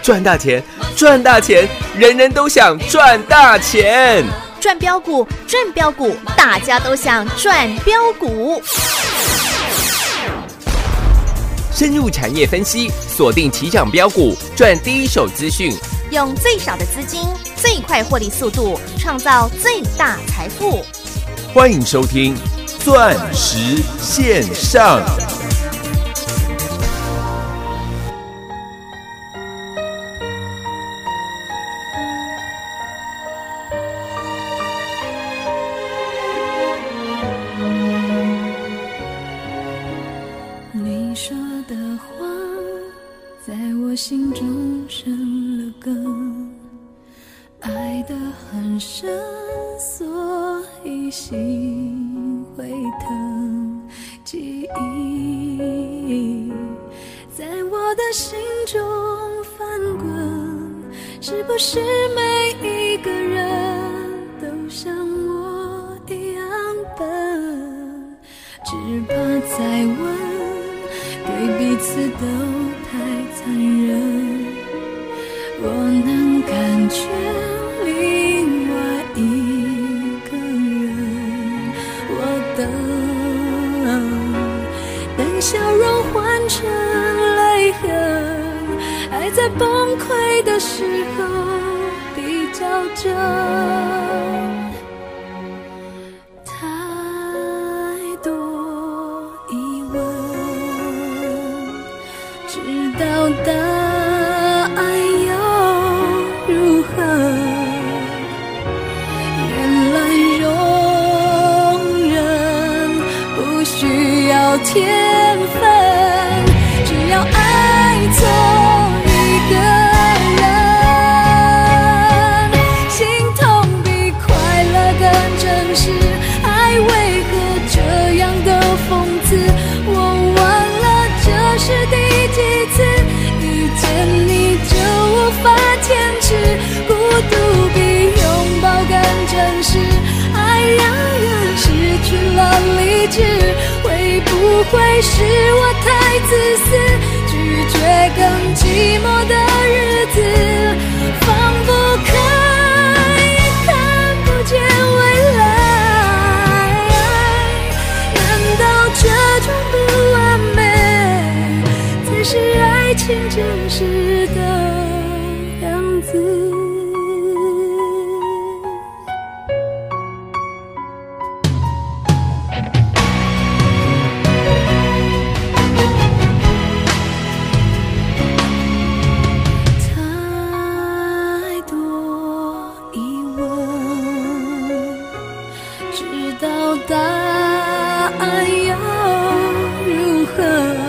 赚大钱，赚大钱，人人都想赚大钱。 赚标股，赚标股，大家都想赚标股。 深入产业分析，锁定起涨标股，赚第一手资讯， 用最少的资金，最快获利速度，创造最大财富。 欢迎收听钻石线上。 你说的话在我心中生了根，爱得很深，所以心会疼。记忆在我的心中翻滚，是不是每一个人都像我一样笨？只怕再问，对彼此都太残忍。我能感觉另外一个人，我等笑容换成泪痕，爱在崩溃的时候比较真。太多疑问，知道答案又如何？原来容忍不需要天分，只要爱错一个人，心痛比快乐更真实。爱为何这样的讽刺？我忘了这是第几次遇见你就无法坚持，孤独比拥抱更真实。爱让人失去了理智，会不会是我太自私？拒绝更寂寞的日子，放不开也看不见未来。难道这种不完美才是爱情真实的样子？答案又如何？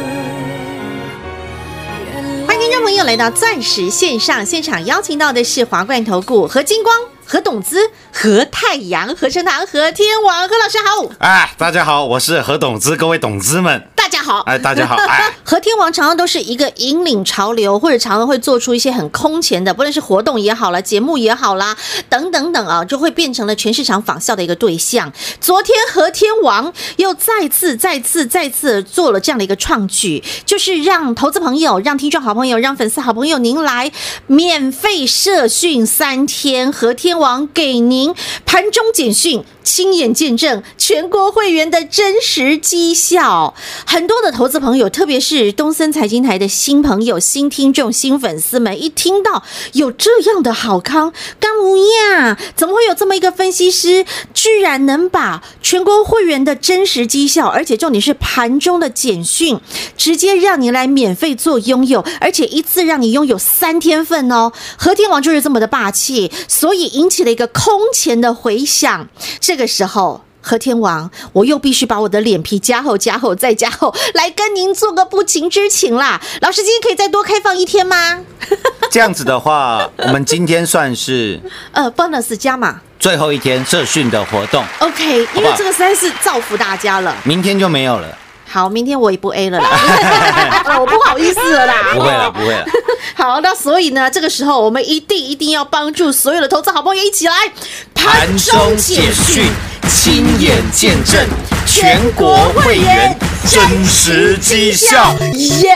欢迎听众朋友来到钻石线上现场，邀请到的是华冠投顾何金光、何董资、何太阳、何成堂、何天王。何老师好。 大家好，我是何董资，各位董资们大家好。 大家好。 何天王常常都是一个引领潮流，或者常常会做出一些很空前的，不论是活动也好啦，节目也好啦，等等等啊，就会变成了全市场仿效的一个对象。昨天何天王又再次做了这样的一个创举，就是让投资朋友、让听众好朋友、让粉丝好朋友您来免费社训3天，何天王给您盘中简讯，亲眼见证全国会员的真实绩效。很多的投资朋友，特别是东森财经台的新朋友、新听众、新粉丝们，一听到有这样的好康，干无呀，怎么会有这么一个分析师，居然能把全国会员的真实绩效，而且重点是盘中的简讯，直接让你来免费做拥有，而且一次让你拥有3天份哦。何天王就是这么的霸气，所以引起了一个空前的回响。这个时候，何天王，我又必须把我的脸皮加厚再加厚，来跟您做个不情之请啦。老师，今天可以再多开放1天吗？ 这样子的话，我们今天算是 bonus 加码最后1天社训的活动。 OK， 因为这个实在是造福大家了。 明天就没有了。 好，明天我也不 A 了啦。我不好意思了啦。 不会了。 好，那所以呢，这个时候我们一定要帮助所有的投资好朋友一起来盘中简讯，亲眼见证全国会员真实绩效， 耶！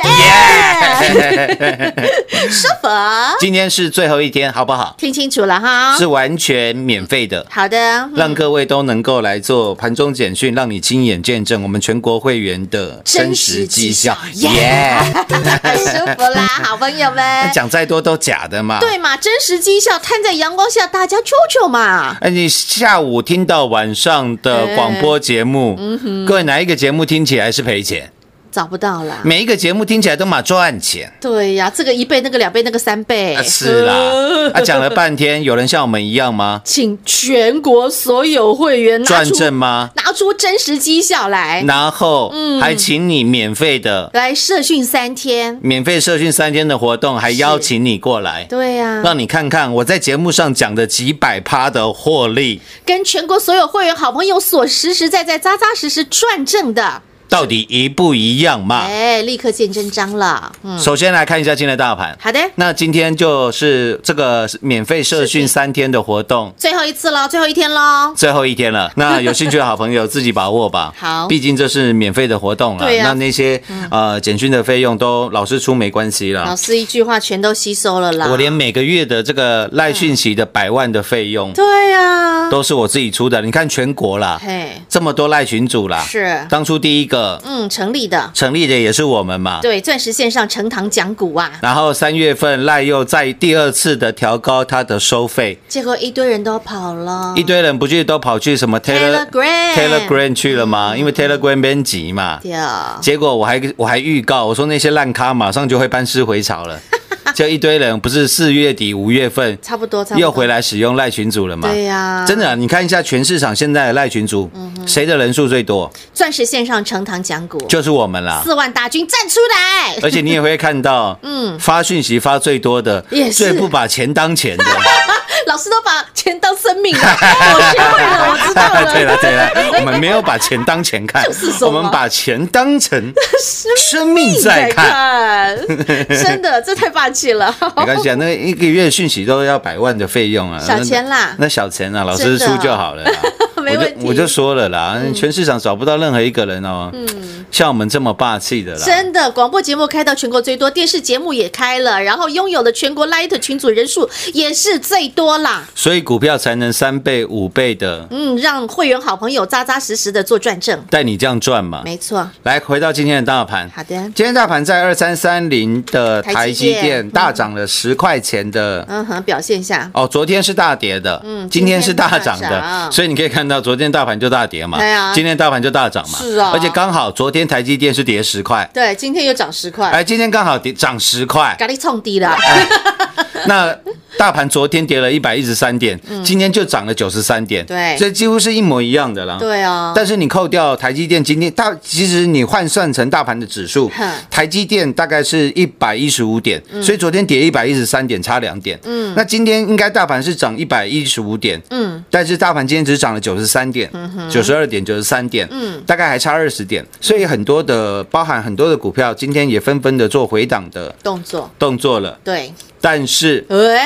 舒服， 今天是最后一天，好不好？ 听清楚了哈， 是完全免费的。 好的， 让各位都能够来做盘中简讯，让你亲眼见证我们全国会员的真实绩效，耶！ 舒服啦，好朋友们， 讲再多都假的嘛， 对嘛？真实绩效摊在阳光下，大家瞅嘛。 你下午听到晚上的广播节目，各位哪一个节目听起来是赔钱？ 找不到啦， 每一个节目听起来都嘛赚钱。 对呀，这个1倍，那个2倍，那个3倍， 是啦。讲了半天，有人像我们一样吗？ 请全国所有会员转正吗？ 拿出真实绩效来， 然后还请你免费的来社训3天， 免费社训3天的活动，还邀请你过来， 对呀， 让你看看我在节目上讲的几百%的获利， 跟全国所有会员好朋友所实实在在、扎扎实实赚正的。 到底一不一样嘛？ 立刻见真章了。 首先来看一下今天的大盘。 好的， 那今天就是这个免费社训3天的活动， 最后一次了，最后一天喽， 最后一天了。那有兴趣的好朋友自己把握吧。 好， 毕竟这是免费的活动了。 对啊， 那些简讯的费用都老师出没关系了。 老师一句话全都吸收了啦。 我连每个月的这个赖讯息的100万的费用， 对呀， 都是我自己出的。你看全国啦，这么多赖群组啦， 是当初第一个。 成立的也是我们嘛。 对，钻石线上成堂讲股啊。 然后3月份赖又在第2次的调高它的收费， 结果一堆人都跑了， 一堆人不去都跑去什么 Telegram 去了吗？因为 Telegram 编辑嘛。对。结果我还预告，我说那些烂咖马上就会班师回朝了。就一堆人不是4月底5月份差不多又回来使用赖群组了吗？ 对呀， 真的，你看一下全市场现在的赖群组，谁的人数最多？ 钻石线上成堂讲股就是我们啦， 4万大军站出来。 而且你也会看到，发讯息发最多的，最不把钱当钱的。 老师都把钱当生命了，我学会了，我知道了。 对了，我们没有把钱当钱看，我们把钱当成生命在看。 真的，这太霸气了。 没关系啊，那一个月讯息都要100万的费用啊， 小钱啦， 那小钱啊，老师出就好了啦。 没问题， 我就说了啦，全市场找不到任何一个人哦，像我们这么霸气的啦。 真的，广播节目开到全国最多，电视节目也开了，然后拥有的全国 Light 群组人数也是最多啦。所以股票才能3倍、5倍的， 让会员好朋友扎扎实实的做转正， 带你这样赚嘛。 没错。 来，回到今天的大盘。 好的， 今天大盘在2330的台积电大涨了10块钱的， 表现一下。 昨天是大跌的，今天是大涨的，所以你可以看到昨天大盘就大跌嘛，今天大盘就大涨嘛， 是啊， 而且刚好昨天台积电是跌10块， 对，今天又涨10块， 今天刚好涨10块， 给你冲低了。 那大盘昨天跌了113点，今天就涨了93点， 对， 所以几乎是一模一样的啦。 对啊， 但是你扣掉台积电，今天其实你换算成大盘的指数，台积电大概是115点，所以昨天跌113点，差2点。那今天应该大盘是涨115点，但是大盘今天只涨了93点，92点、93点，大概还差20点，所以包含很多的股票，今天也纷纷的做回档的动作了。对。但是，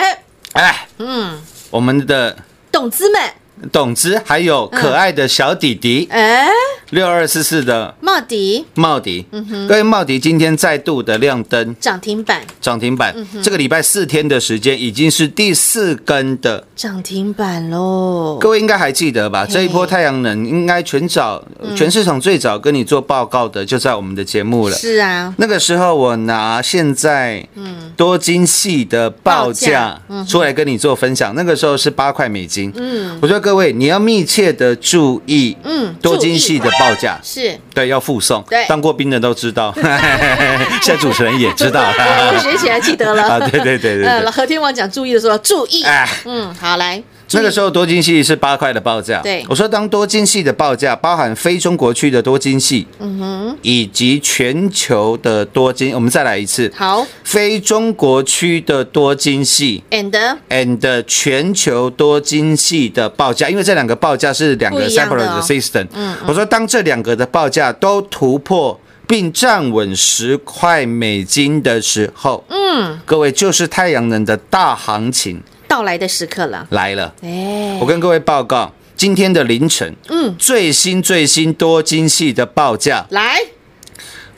我们的董资还有可爱的小弟弟，6244的茂迪，各位茂迪今天再度的亮灯涨停板，这个礼拜4天的时间已经是第4根的涨停板喽。各位应该还记得吧？这一波太阳能应该全市场最早跟你做报告的就在我们的节目了。是啊，那个时候我拿现在多晶系的报价出来跟你做分享，那个时候是8块美金。我说各位，你要密切的注意，多晶系的报价是对，要附送，当过兵的都知道，现在主持人也知道了， 我学起来记得了啊， 对， 和天王讲注意的时候注意，好来。 那个时候多晶系是8块的报价，对，我说当多晶系的报价包含非中国区的多晶系，以及全球的多晶，我们再来一次，好，非中国区的多晶系 and 全球多晶系的报价，因为这两个报价是2个 separate system，我说当这2个的报价都突破并站稳10块美金的时候，各位就是太阳能的大行情到来的时刻了，来了。我跟各位报告，今天的凌晨，最新多晶系的报价来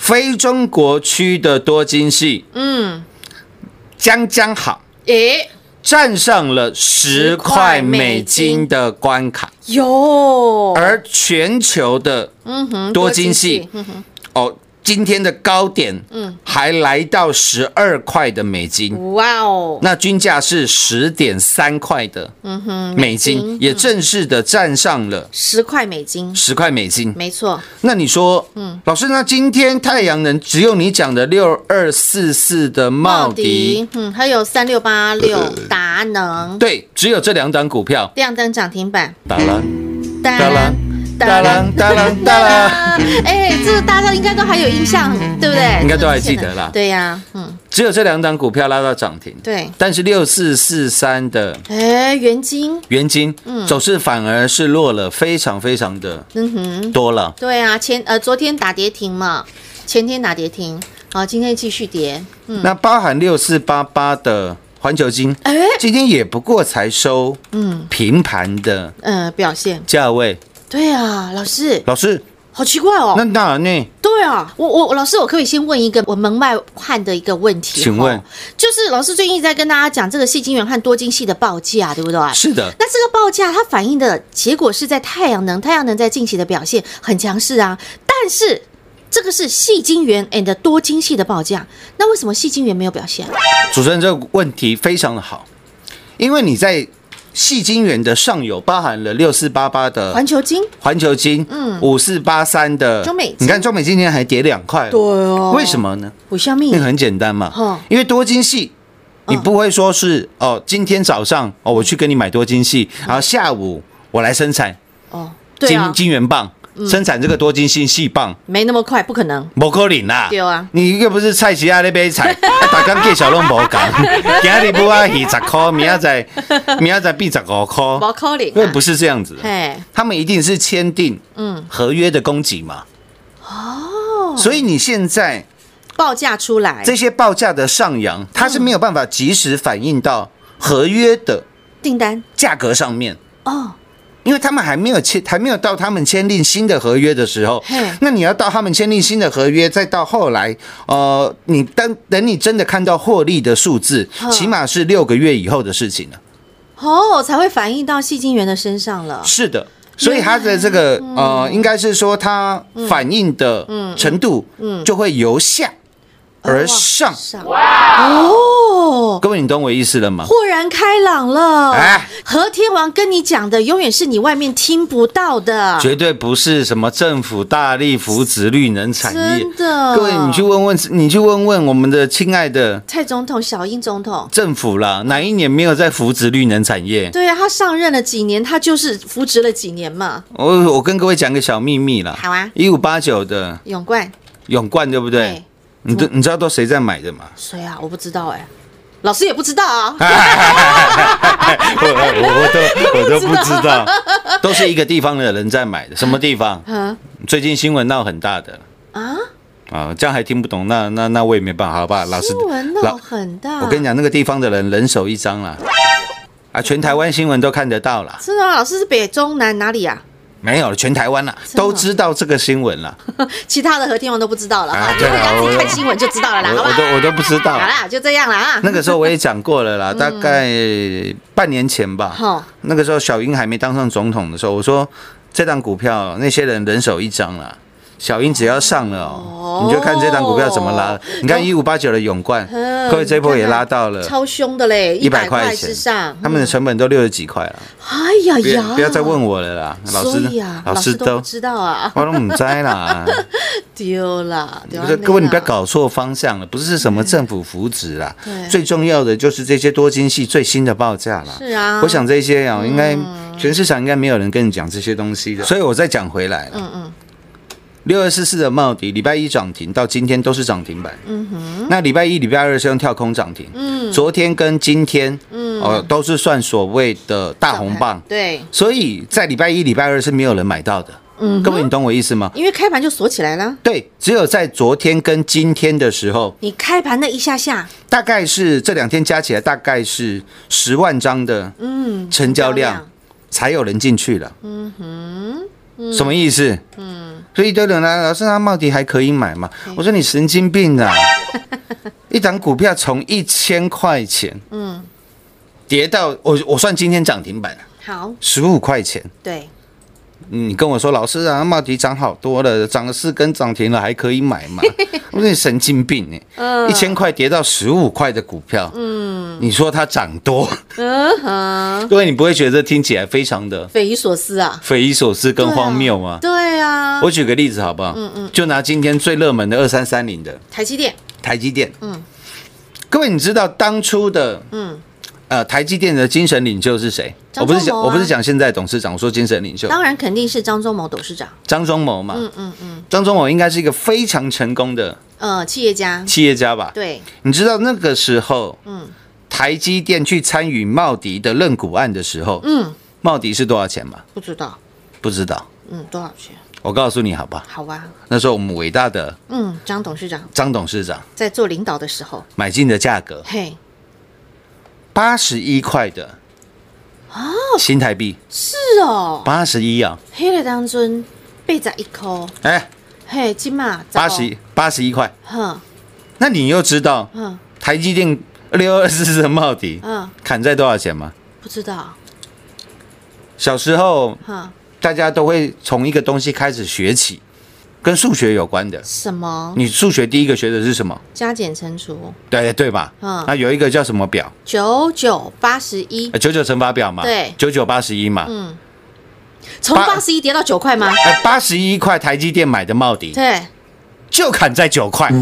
非中国区的多晶系，刚好，站上了10块美金的关卡，而全球的多晶系，今天的高点，还来到12块的美金， 哇哦！ 那均价是10.3块的美金，也正式的站上了 10块美金 ，10块美金， 没错。 那你说，老师，那今天太阳能只有你讲的6244的茂迪， 还有3686达能， 对，只有这2档股票亮灯涨停板， 打了， 打了。 哒啷哒啷哒啷， 这个大家应该都还有印象，对不对？ 应该都还记得啦。 对呀， 只有这2档股票拉到涨停， 对。 但是6443的元晶， 走势反而是落了非常非常的多了。 对啊，昨天打跌停嘛，前天打跌停，今天继续跌。 那包含6488的环球晶，今天也不过才收平盘的表现价位。 对啊，老师，好奇怪哦。 那当然呢。 对啊，我老师，我可以先问一个我门外汉的一个问题， 请问， 就是老师最近一直在跟大家讲这个矽晶圆和多晶系的报价，对不对？ 是的。 那这个报价它反映的结果是在太阳能在近期的表现很强势啊，但是这个是矽晶圆 and 多晶系的报价，那为什么矽晶圆没有表现？ 主持人，这个问题非常的好，因为你在矽晶圆的上游包含了6488的环球晶，5483的中美晶，你看中美晶今天还跌2块， 对哦， 为什么呢？ 为什么？ 那很简单嘛，因为多晶系，你不会说是今天早上我去跟你买多晶系，然后下午我来生产晶圆棒。生产这个多晶系细棒没那么快，不可能， 不可能啦。 对啊， 你又不是菜市仔在买菜，大家计小拢无同。今日不啊鱼10块，明仔载变15块， 不可能， 因为不是这样子。他们一定是签订合约的供给嘛。所以你现在报价出来， 这些报价的上扬，它是没有办法及时反映到合约的订单价格上面。因为他们还没有到他们签订新的合约的时候，那你要到他们签订新的合约，再到后来，你等你真的看到获利的数字，起码是6个月以后的事情了。 才会反映到矽晶圆的身上了。 是的，所以它的这个应该是说它反映的程度就会由下而上。各位，你懂我意思了吗？ 豁然开朗了。和天王跟你讲的永远是你外面听不到的， 绝对不是什么政府大力扶植绿能产业。 真的， 各位，你去问问我们的亲爱的蔡总统、小英总统， 政府啦，哪一年没有在扶植绿能产业？ 对啊，他上任了几年，他就是扶植了几年嘛。 我跟各位讲个小秘密啦。 好啊。 1589的永冠，对不对？你知道都谁在买的吗？ 谁啊？我不知道老师也不知道啊。 我都不知道，都是一个地方的人在买的。什么地方？最近新闻闹很大的这样还听不懂，那我也没办法，好吧？老师， 新闻闹很大。 我跟你讲，那个地方的人手一张啦，全台湾新闻都看得到啦。 是啊，老师是北中南哪里啊？ 没有，全台湾啦，都知道这个新闻啦。 其他的和天王都不知道了对啊， 自己看新闻就知道了啦，好吧？ 我都不知道。 好啦，就这样啦。 那个时候我也讲过了啦，大概半年前吧。那个时候小英还没当上总统的时候，我说这档股票那些人手一张啦。小英只要上了你就看这档股票怎么拉。你看1589的永冠，各位这一波也拉到了超凶的嘞，100块之上， 他们的成本都60几块了。 哎呀呀！ 不要再问我了啦，老师都不知道啊， 我都不知道啦， 丢了。 各位你不要搞错方向了，不是什么政府扶植啦，最重要的就是这些多晶系最新的报价啦。 是啊， 我想这些应该全市场应该没有人跟你讲这些东西的，所以我再讲回来了。6244的茂迪，礼拜一涨停，到今天都是涨停板。那礼拜一、礼拜二是用跳空涨停。昨天跟今天，都是算所谓的大红棒。 对， 所以在礼拜一、礼拜二是没有人买到的。各位，你懂我意思吗？ 因为开盘就锁起来了。 对，只有在昨天跟今天的时候， 你开盘那一下下， 大概是这2天加起来大概是10万张的成交量，才有人进去了。什么意思？ 所以一堆人来，老师，那茂迪还可以买吗？我说你神经病啊！一档股票从1000块钱，跌到我算今天涨停板， 好 ，15块钱， 对。 你跟我说，老师啊，茂迪涨好多了，涨了4根涨停了，还可以买吗？我说你神经病哎！1000块跌到15块的股票，你说它涨多？各位，你不会觉得听起来非常的匪夷所思啊？ 匪夷所思跟荒谬吗？ 对啊。 我举个例子好不好？就拿今天最热门的2330的台积电， 各位，你知道当初的台积电的精神领袖是谁？我不是讲现在董事长，我说精神领袖， 当然肯定是张忠谋董事长。 张忠谋嘛，张忠谋应该是一个非常成功的企业家吧？对， 你知道那个时候，台积电去参与茂迪的认股案的时候，茂迪是多少钱吗？ 不知道，多少钱？ 我告诉你好不好？ 好吧。 那时候我们伟大的张董事长在做领导的时候， 买进的价格，嘿，81块的新台币， 是哦 ，81啊， 黑了当中81块， 哎， 嘿，金嘛 81块，那你又知道，台积电6244的茂迪，砍在多少钱吗？ 不知道。 小时候，大家都会从一个东西开始学起，跟数学有关的。什么？你数学第一个学的是什么？ 加减乘除。 对吧？那有一个叫什么表？9981。99乘法表嘛。对。9981嘛。 从81跌到9块吗 ？81块台积电买的茂迪。 对。 就砍在9块。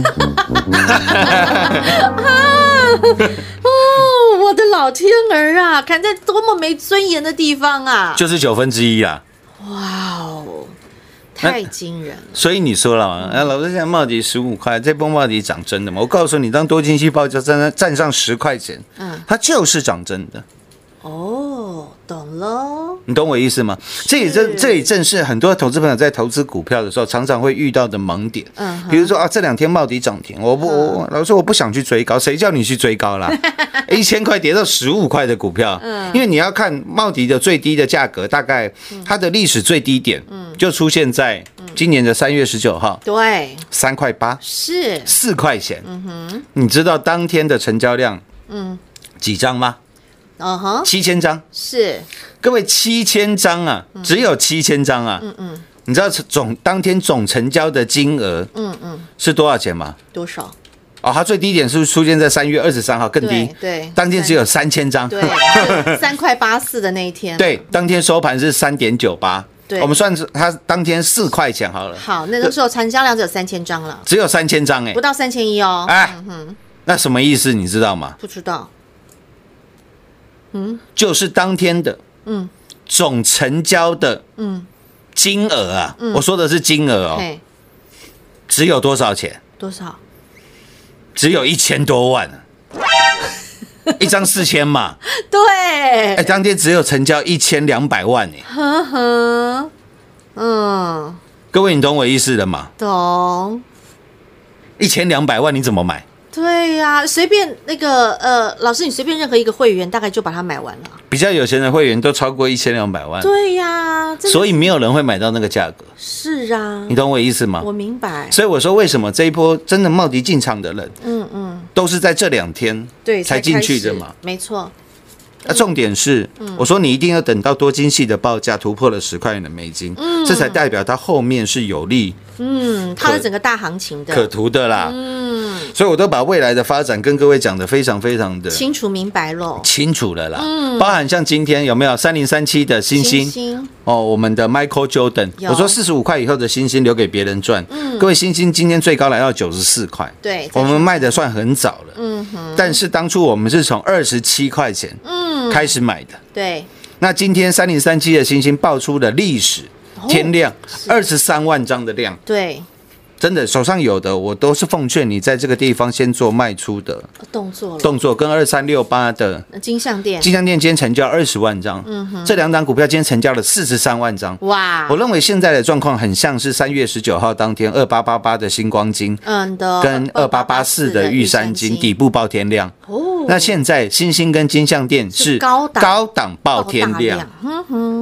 我的老天儿啊！砍在多么没尊严的地方啊！ 就是1/9啊！ 哇哦，太惊人了！ 所以你说了嘛，老师现在茂迪15块，这波茂迪涨真的吗？我告诉你，当多晶细报价站上10块钱，它就是涨真的。哦，懂了，你懂我意思吗？这也正是很多投资朋友在投资股票的时候常常会遇到的盲点。比如说这2天茂迪涨停，老师我不想去追高，谁叫你去追高啦？1000块跌到15块的股票，因为你要看茂迪的最低的价格，大概它的历史最低点就出现在今年的3月19号，对，3块8，是4块钱。你知道当天的成交量几张吗？7000张，是各位7000张啊，只有7000张啊。你知道当天总成交的金额是多少钱吗？多少？它最低点是出现在3月23号，更低。对，当天只有3000张。对 ，3块84的那一天。 对，当天收盘是3.98。对，我们算是它当天4块钱好了。 好，那个时候成交量只有3000张了， 只有3000张不到3100哦。 那什么意思？你知道吗？ 不知道。 就是当天的总成交的金额啊，我说的是金额哦，只有多少钱？ 多少？ 只有1000多万，一张4000嘛。 对， 当天只有成交1200万各位你懂我意思了吗？ 懂。 1200万你怎么买？ 对呀，随便那个老师，你随便任何一个会员，大概就把它买完了。 比较有钱的会员都超过1200万。 对呀， 所以没有人会买到那个价格。 是啊， 你懂我意思吗？ 我明白。 所以我说，为什么这一波真的茂迪进场的人，都是在这2天才进去的嘛？ 没错。 重点是，我说你一定要等到多晶细的报价突破了10块钱的美金，这才代表它后面是有利， 它的整个大行情的可图的啦。所以我都把未来的发展跟各位讲的非常非常的清楚明白了， 清楚了啦。包含像今天有没有3037的星星我们的 Michael Jordan， 我说45块以后的星星留给别人赚。各位，星星今天最高来到94块，对，我们卖的算很早了。但是当初我们是从27块钱开始买的。对，那今天3037的星星爆出了历史天量23万张的量。对。真的手上有的，我都是奉劝你在这个地方先做卖出的动作，跟2368的金像店今天成交20万张，这2档股票今天成交了43万张。哇！我认为现在的状况很像是3月19号当天2888的星光金，跟2884的玉山金底部爆天量。那现在星星跟金像店是高档爆天量。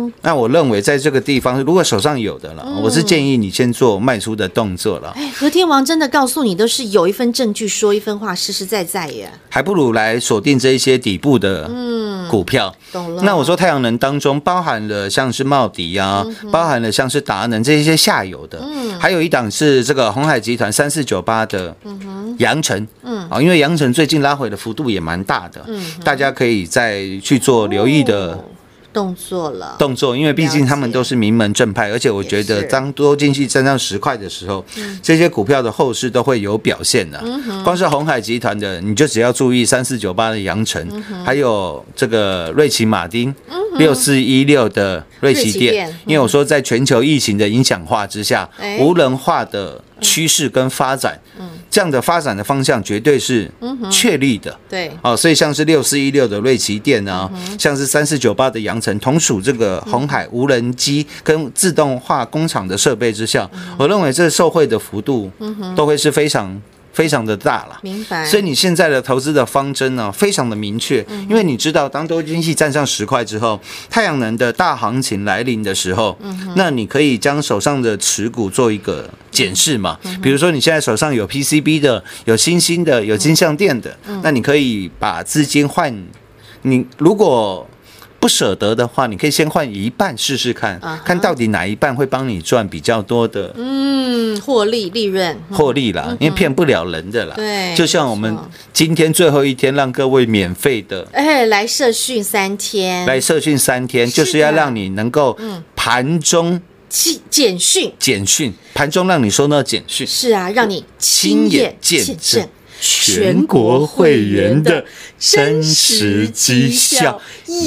那我认为在这个地方，如果手上有的了，我是建议你先做卖出的动作了。 和天王真的告诉你，都是有一份证据说一分话，实实在在耶。 还不如来锁定这一些底部的股票。 懂了。 那我说太阳能当中包含了像是茂迪啊，包含了像是达能这一些下游的，还有一档是这个鸿海集团3498的阳澄，因为阳澄最近拉回的幅度也蛮大的，大家可以再去做留意的。 动作， 因为毕竟他们都是名门正派，而且我觉得当多进去站上10块的时候，这些股票的后市都会有表现的。光是鸿海集团的，你就只要注意3498的阳澄，还有这个瑞奇马丁6416的瑞奇电，因为我说在全球疫情的影响化之下，无人化的趋势跟发展，这样的发展的方向绝对是确立的。 对， 所以像是6416的瑞奇电啊，像是3498的阳澄，同属这个鸿海无人机跟自动化工厂的设备之下，我认为这受惠的幅度都会是非常的大了， 明白。 所以你现在的投资的方针呢，非常的明确，因为你知道，当多晶系站上10块之后，太阳能的大行情来临的时候，那你可以将手上的持股做一个检视嘛。比如说你现在手上有 PCB 的，有新兴的，有金像电的，那你可以把资金换，你如果不舍得的话，你可以先换一半试试看，看到底哪一半会帮你赚比较多的获利啦，因为骗不了人的啦。 对， 就像我们今天最后一天让各位免费的， 来社训3天， 就是要让你能够盘中简讯， 盘中让你收到简讯， 是啊，让你亲眼见证全国会员的真实绩效，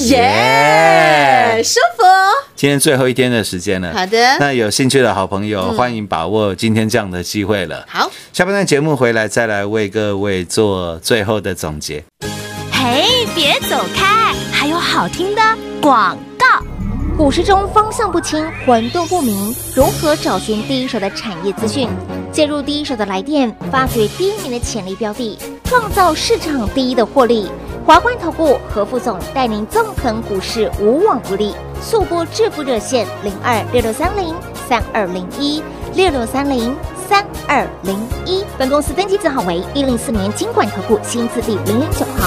耶，舒服。 今天最后一天的时间了， 好的， 那有兴趣的好朋友，欢迎把握今天这样的机会了。 好， 下半段节目回来再来为各位做最后的总结。 嘿，别走开，还有好听的广告。股市中方向不清、混沌不明，如何找寻第一手的产业资讯？介入第一手的来电，发掘第一名的潜力标的，创造市场第一的获利。华冠投顾何副总带领纵横股市，无往不利。速播致富热线026630320166303201。本公司登记字号为104年金管投顾新字第009号。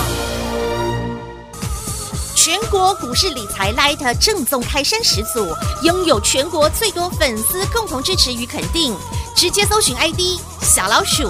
全国股市理财 Lite 正宗开山始祖，拥有全国最多粉丝共同支持与肯定。直接搜寻 ID 小老鼠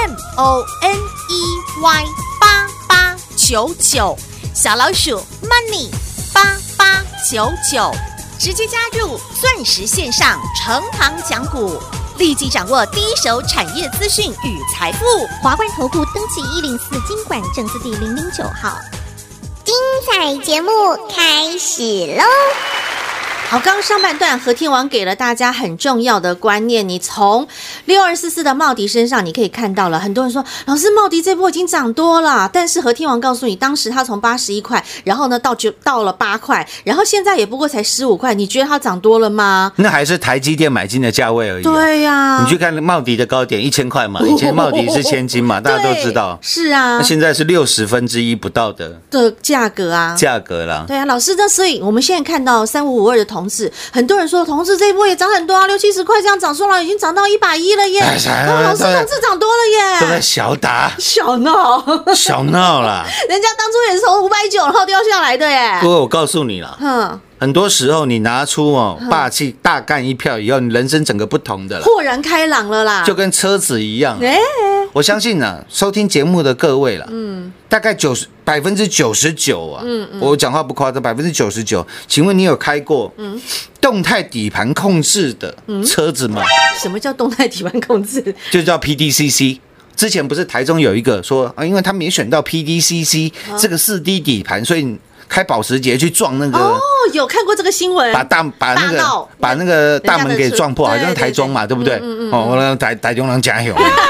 MONEY8899， 小老鼠 Money 8899，直接加入钻石线上成行讲股，立即掌握第一手产业资讯与财富。 华冠投顾登记104金管证字第009号。 精彩节目开始喽！ 好，刚上半段和天王给了大家很重要的观念，你从6244的茂迪身上你可以看到了，很多人说老师茂迪这波已经涨多了，但是和天王告诉你，当时它从81块，然后呢到了8块，然后现在也不过才15块，你觉得它涨多了吗？ 那还是台积电买进的价位而已。 对呀， 你去看茂迪的高点1000块嘛，以前茂迪是1000金嘛，大家都知道。 是啊， 那现在是1/60不到的价格啊， 价格啦。 对啊，老师，那所以我们现在看到3552的同志，很多人说同志这一波也涨很多啊，60-70块这样涨出来，已经涨到110了耶。老师，同志涨多了耶， 都在小打小闹啦。 人家当初也是从590然后掉下来的耶。 不过我告诉你啦，很多时候你拿出霸气大干一票以后，你人生整个不同的了， 豁然开朗了啦， 就跟车子一样。我相信收听节目的各位啦，大概99%啊，我讲话不夸张，99%。请问你有开过动态底盘控制的车子吗？ 什么叫动态底盘控制？ 就叫 PDCC。之前不是台中有一个说因为他没选到 PDCC 这个4D 底盘，所以开保时捷去撞那个有看过这个新闻， 把那个大门给撞破，好像是台中嘛，对不对？我台中人加油。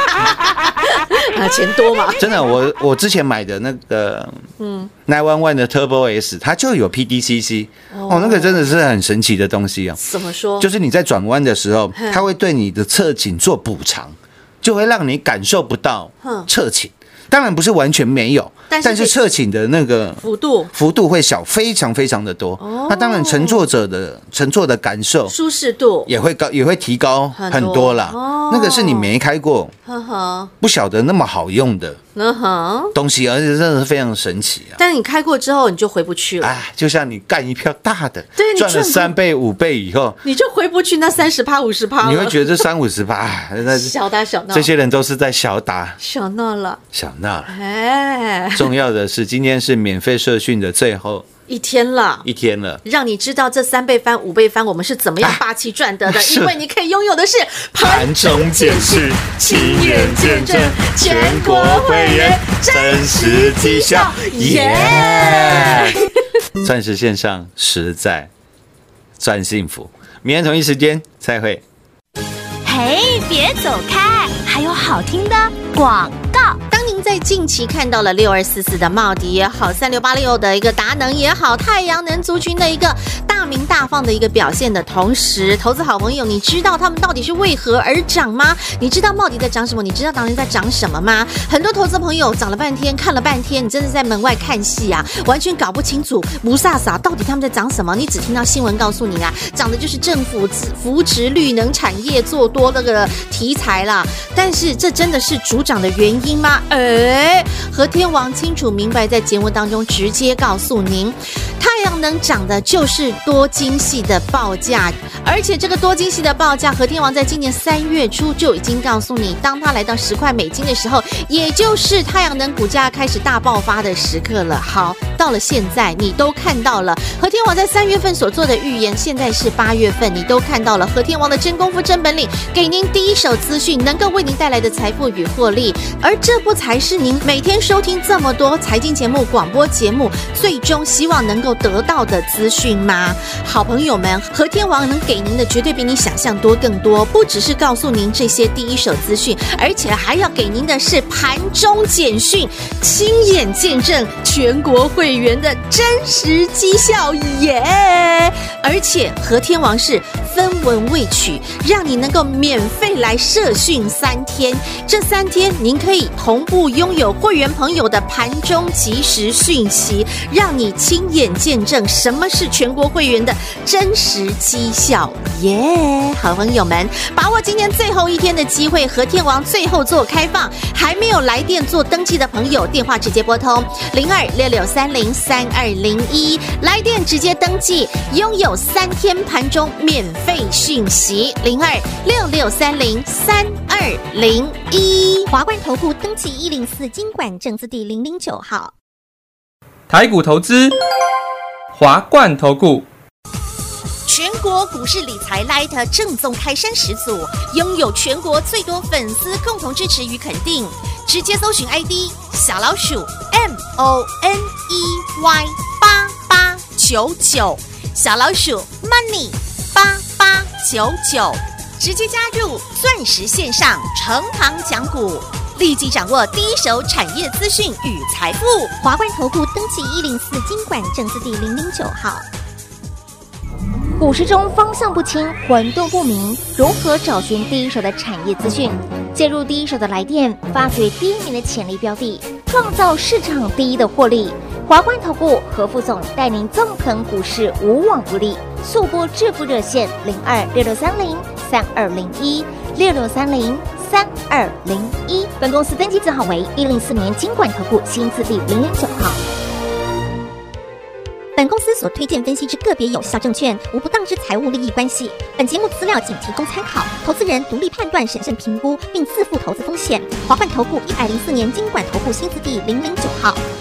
钱多嘛？ 真的，我之前买的那个911的 Turbo S， 它就有 PDCC， 那个真的是很神奇的东西啊。 怎么说？ 就是你在转弯的时候，它会对你的侧倾做补偿，就会让你感受不到侧倾。 当然不是完全没有，但是侧倾的那个幅度会小，非常非常的多。那当然乘坐的感受舒适度也会提高很多啦。那个是你没开过，不晓得那么好用的东西，而且真的是非常神奇啊！ 但是你开过之后，你就回不去了。 就像你干一票大的，赚了3倍5倍以后， 你就回不去那30%、50%了。 你会觉得30-50%， 小打小闹。 这些人都是在小打小闹了。 重要的是，今天是免费社训的最后一天了， 让你知道这3倍翻、5倍翻，我们是怎么样霸气赚得的。因为你可以拥有的是盘中解释，亲眼见证全国会员真实绩效，钻石线上实在赚幸福。明天同一时间再会。 嘿，别走开，还有好听的广告。 当您在近期看到了6244的茂迪也好，3686的一个达能也好，太阳能族群的一个大名大放的一个表现的同时，投资好朋友，你知道他们到底是为何而涨吗？你知道茂迪在涨什么？你知道达能在涨什么吗？很多投资朋友涨了半天，看了半天，你真的在门外看戏啊，完全搞不清楚不飒飒到底他们在涨什么。你只听到新闻告诉你啦，涨的就是政府扶持绿能产业做多那个题材啦，但是这真的是主涨的原因吗？和天王清楚明白在节目当中直接告诉您，太阳能涨的就是多晶系的报价，而且这个多晶系的报价，和天王在今年3月初就已经告诉你，当它来到10块美金的时候，也就是太阳能股价开始大爆发的时刻了。好，到了现在你都看到了，和天王在3月份所做的预言，现在是8月份，你都看到了和天王的真功夫真本领，给您第一手资讯，能够为您带来的财富与获利，而这不才是您每天收听这么多财经节目、广播节目，最终希望能够得到的资讯吗？好朋友们，和天王能给您的绝对比你想象多更多，不只是告诉您这些第一手资讯，而且还要给您的是盘中简讯，亲眼见证全国会员的真实绩效而且和天王是分文未取，让你能够免费来社训3天，这3天您可以同步拥有会员朋友的盘中即时讯息，让你亲眼见证什么是全国会员的真实绩效好朋友们，把握今天最后一天的机会，和天王最后做开放，还没有来电做登记的朋友，电话直接拨通0266303201，来电直接登记，拥有3天盘中免费讯息0266303201。 华冠投顾登记104金管证字第009号。 台股投资，华冠投顾。 全国股市理财 Light 正宗开山始祖，拥有全国最多粉丝共同支持与肯定。直接搜寻 ID 小老鼠 MONEY8899， 小老鼠 Money 8899，直接加入钻石线上成行讲股，立即掌握第一手产业资讯与财富。 华冠投顾登记104金管证字第009号。股市中方向不清、混沌不明，如何找寻第一手的产业资讯？介入第一手的来电，发掘第一名的潜力标的，创造市场第一的获利。华冠投顾何副总带领纵横股市，无往不利。速播致富热线0266303201，66303201。本公司登记字号为104年金管投顾新字第009号。本公司所推荐分析之个别有效证券，无不当之财务利益关系。本节目资料仅提供参考，投资人独立判断、审慎评估，并自负投资风险。华冠投顾104年金管投顾新字第009号。